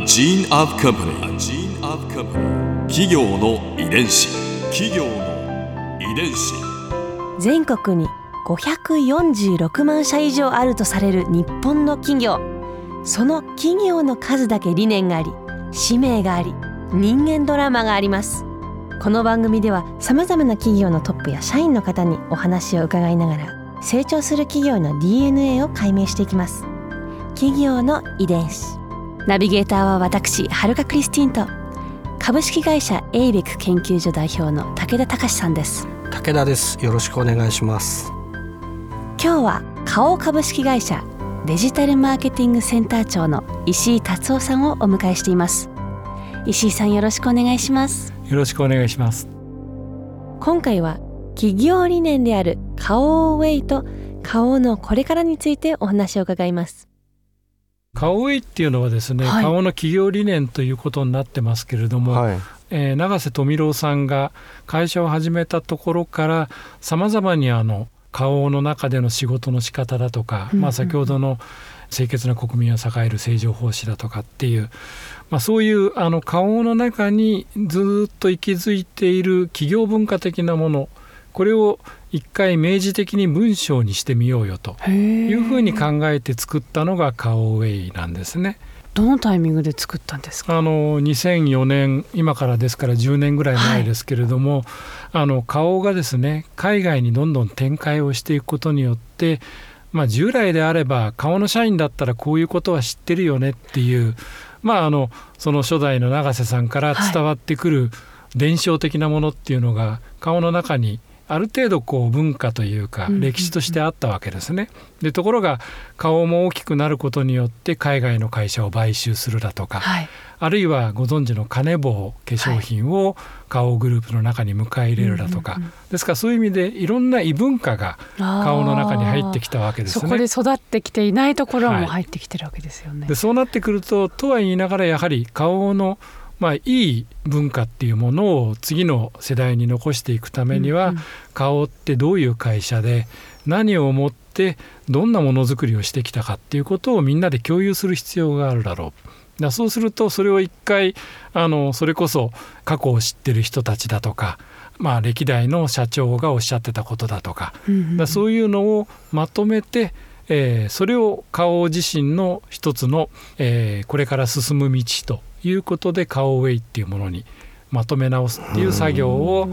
gene of company.企業の遺伝子。 全国に546万社以上あるとされる日本の企業。その企業の数だけ理念があり、使命があり、人間ドラマがあります。この番組ではさまざまな企業のトップや社員の方にお話を伺いながら、成長する企業の DNA を解明していきます。企業の遺伝子。ナビゲーターは私、はるかクリスティンと株式会社エイベック研究所代表の武田隆さんです。 武田です。よろしくお願いします。 今日は花王株式会社デジタルマーケティングセンター長の石井達夫さんをお迎えしています。石井さん、よろしくお願いします。 よろしくお願いします。 今回は企業理念である花王ウェイと花王のこれからについてお話を伺います。 花王ウェイっていうのはですね、花王の企業理念ということになってますけれども、永瀬富郎さんが会社を始めたところからさまざまに花王の中での仕事の仕方だとか、先ほどの清潔な国民を栄える成城法師だとかっていう、そういう花王の中にずっと息づいている企業文化的なもの、これを一回明示的に文章にしてみようよというふうに考えて作ったのが花王ウェイなんですね。 どのタイミングで作ったんですか ？2004年、今からですから10年ぐらい前ですけれども、花王がですね、海外にどんどん展開をしていくことによって、従来であれば花王の社員だったらこういうことは知ってるよねっていう、その初代の永瀬さんから伝わってくる伝承的なものっていうのが花王の中にある程度文化というか歴史としてあったわけですね。でところが花王も大きくなることによって海外の会社を買収するだとか、あるいはご存知のカネボウ化粧品を花王グループの中に迎え入れるだとか、ですからそういう意味でいろんな異文化が花王の中に入ってきたわけですね。 そこで育ってきていないところも入ってきてるわけですよね。 でそうなってくるとは言いながら、やはり花王のいい文化っていうものを次の世代に残していくためには、花王ってどういう会社で何をもってどんなものづくりをしてきたかっていうことをみんなで共有する必要があるだろう。そうするとそれを一回それこそ過去を知ってる人たちだとか、歴代の社長がおっしゃってたことだとか、そういうのをまとめて、それを花王自身の一つの、これから進む道ということで花王ウェイっていうものにまとめ直すっていう作業を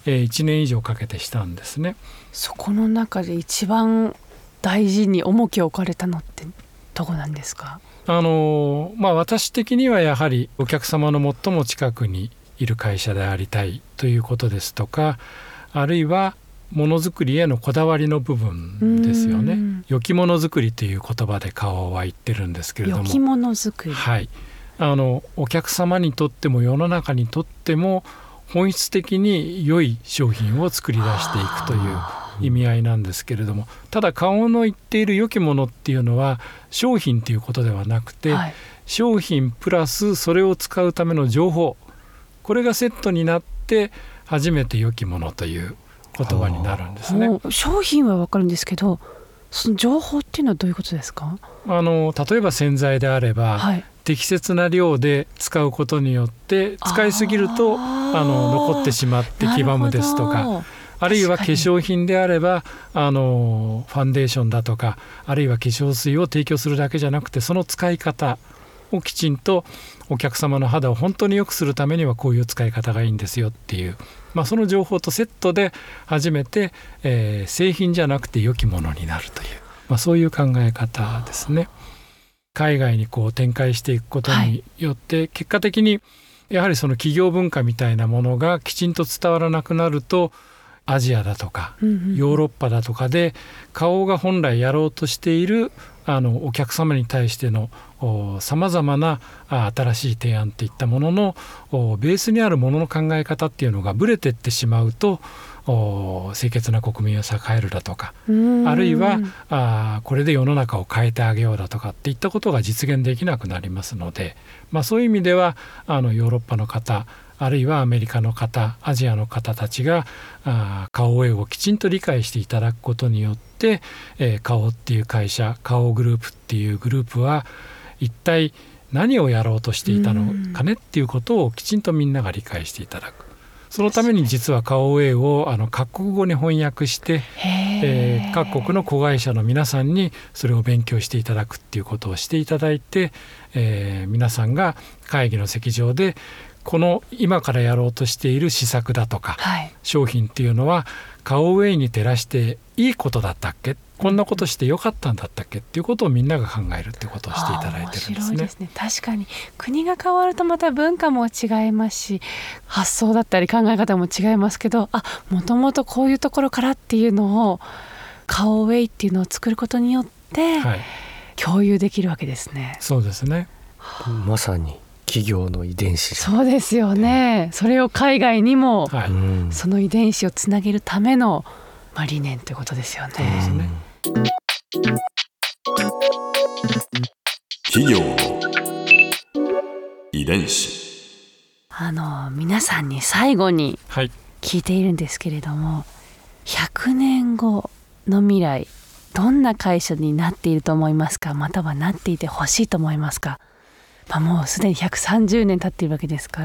1年以上かけてしたんですね。 そこの中で一番大事に重きを置かれたのってどこなんですか？ 私的にはやはりお客様の最も近くにいる会社でありたいということですとか、あるいはものづくりへのこだわりの部分ですよね。良きものづくりという言葉で花王は言ってるんですけれども、 良きものづくり、 お客様にとっても世の中にとっても本質的に良い商品を作り出していくという意味合いなんですけれども、ただ花王の言っている良きものっていうのは商品ということではなくて、商品プラスそれを使うための情報、これがセットになって初めて良きものという言葉になるんですね。 商品は分かるんですけど、その情報っていうのはどういうことですか？ 例えば洗剤であれば、適切な量で使うことによって使いすぎると残ってしまって黄ばむですとか、あるいは化粧品であればファンデーションだとか、あるいは化粧水を提供するだけじゃなくて、その使い方をきちんとお客様の肌を本当に良くするためにはこういう使い方がいいんですよっていう、その情報とセットで初めて、製品じゃなくて良きものになるという、そういう考え方ですね。海外に展開していくことによって、結果的にやはりその企業文化みたいなものがきちんと伝わらなくなると、アジアだとかヨーロッパだとかで花王が本来やろうとしているお客様に対してのさまざまな新しい提案っていったもののベースにあるものの考え方っていうのがブレてってしまうと、清潔な国民を栄えるだとか、あるいはこれで世の中を変えてあげようだとかっていったことが実現できなくなりますので、そういう意味ではヨーロッパの方、あるいはアメリカの方、アジアの方たちが花王ウェイをきちんと理解していただくことによって、花王っていう会社、花王グループっていうグループは一体何をやろうとしていたのかねっていうことをきちんとみんなが理解していただく。そのために実はカオウェイを各国語に翻訳して、各国の子会社の皆さんにそれを勉強していただくっていうことをしていただいて、皆さんが会議の席上でこの今からやろうとしている施策だとか、商品っていうのはカオウェイに照らしていいことだったっけ、こんなことしてよかったんだったっけっていうことをみんなが考えるっていうことをしていただいてるんですね。 面白いですね。確かに国が変わるとまた文化も違いますし、発想だったり考え方も違いますけど、もともとこういうところからっていうのをカオウェイっていうのを作ることによって共有できるわけですね。 そうですね。 まさに企業の遺伝子。 そうですよね。それを海外にも、その遺伝子をつなげるための、理念ということですよね。 そうですね。 企業の遺伝子。 皆さんに最後に聞いているんですけれども、100年後の未来、どんな会社になっていると思いますか、またはなっていてほしいと思いますか。もうすでに130年経っているわけですから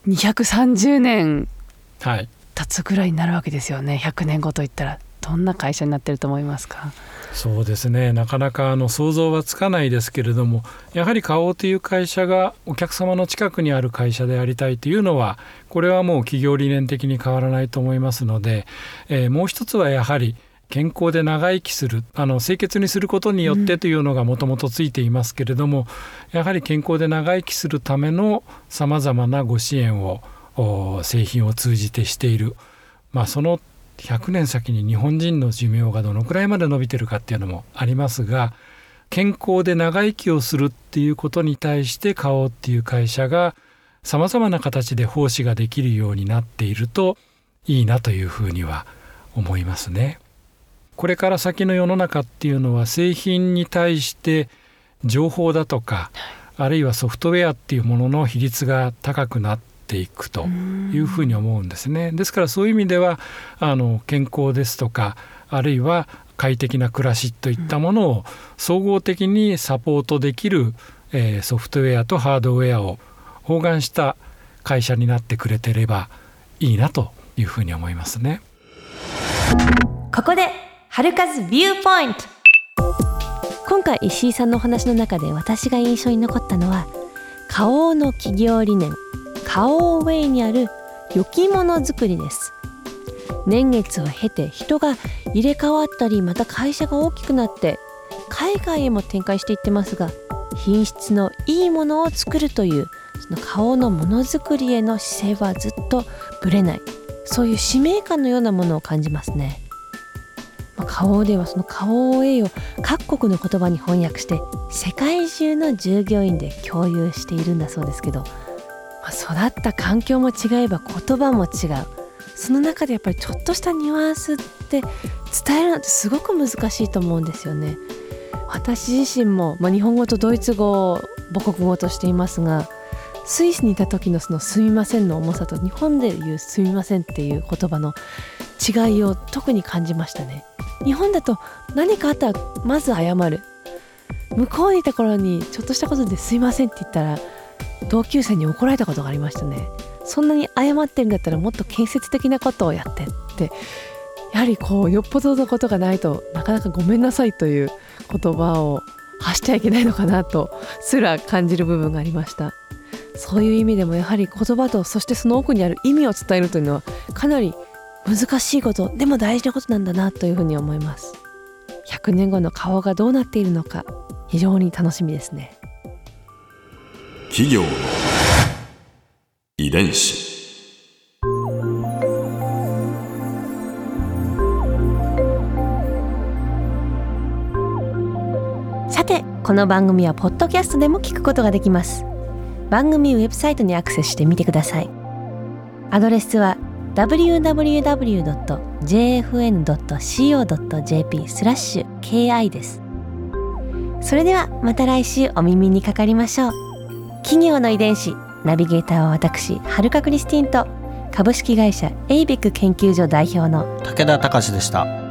、230年経つぐらいになるわけですよね。100年後といったらどんな会社になっていると思いますか。 そうですね、なかなか想像はつかないですけれども、やはり花王という会社がお客様の近くにある会社でありたいというのは、これはもう企業理念的に変わらないと思いますので、もう一つはやはり健康で長生きする、清潔にすることによってというのがもともとついていますけれども、やはり健康で長生きするためのさまざまなご支援を製品を通じてしている。その100年先に日本人の寿命がどのくらいまで伸びてるかっていうのもありますが、健康で長生きをするっていうことに対して花王っていう会社がさまざまな形で奉仕ができるようになっているといいなというふうには思いますね。これから先の世の中っていうのは、製品に対して情報だとか、あるいはソフトウェアっていうものの比率が高くなっていくというふうに思うんですね。ですからそういう意味では健康ですとか、あるいは快適な暮らしといったものを総合的にサポートできる、ソフトウェアとハードウェアを包含した会社になってくれてればいいなというふうに思いますね。 ここで春風ビューポイント。今回石井さんのお話の中で私が印象に残ったのは、花王の企業理念カオウェイにある良きものづくりです。年月を経て人が入れ替わったり、また会社が大きくなって海外へも展開していってますが、品質のいいものを作るというその花王のものづくりへの姿勢はずっとぶれない、そういう使命感のようなものを感じますね。花王ではそのカオウェイを各国の言葉に翻訳して世界中の従業員で共有しているんだそうですけど、育った環境も違えば言葉も違う。その中でやっぱりちょっとしたニュアンスって伝えるのってすごく難しいと思うんですよね。私自身も、日本語とドイツ語を母国語としていますが、スイスにいた時のそのすみませんの重さと日本で言うすみませんっていう言葉の違いを特に感じましたね。日本だと何かあったらまず謝る。向こうにいた頃にちょっとしたことですいませんって言ったら同級生に怒られたことがありましたね。そんなに謝ってるんだったらもっと建設的なことをやってって、やはりよっぽどのことがないとなかなかごめんなさいという言葉を発しちゃいけないのかなとすら感じる部分がありました。そういう意味でもやはり言葉と、そしてその奥にある意味を伝えるというのはかなり難しいことでも大事なことなんだなというふうに思います。100年後の顔がどうなっているのか非常に楽しみですね。 企業の遺伝子。 さて、この番組はポッドキャストでも聞くことができます。番組ウェブサイトにアクセスしてみてください。アドレスは www.jfn.co.jp/ki です。それではまた来週お耳にかかりましょう。企業の遺伝子、ナビゲーターは私、春香クリスティンと株式会社エイベック研究所代表の武田隆でした。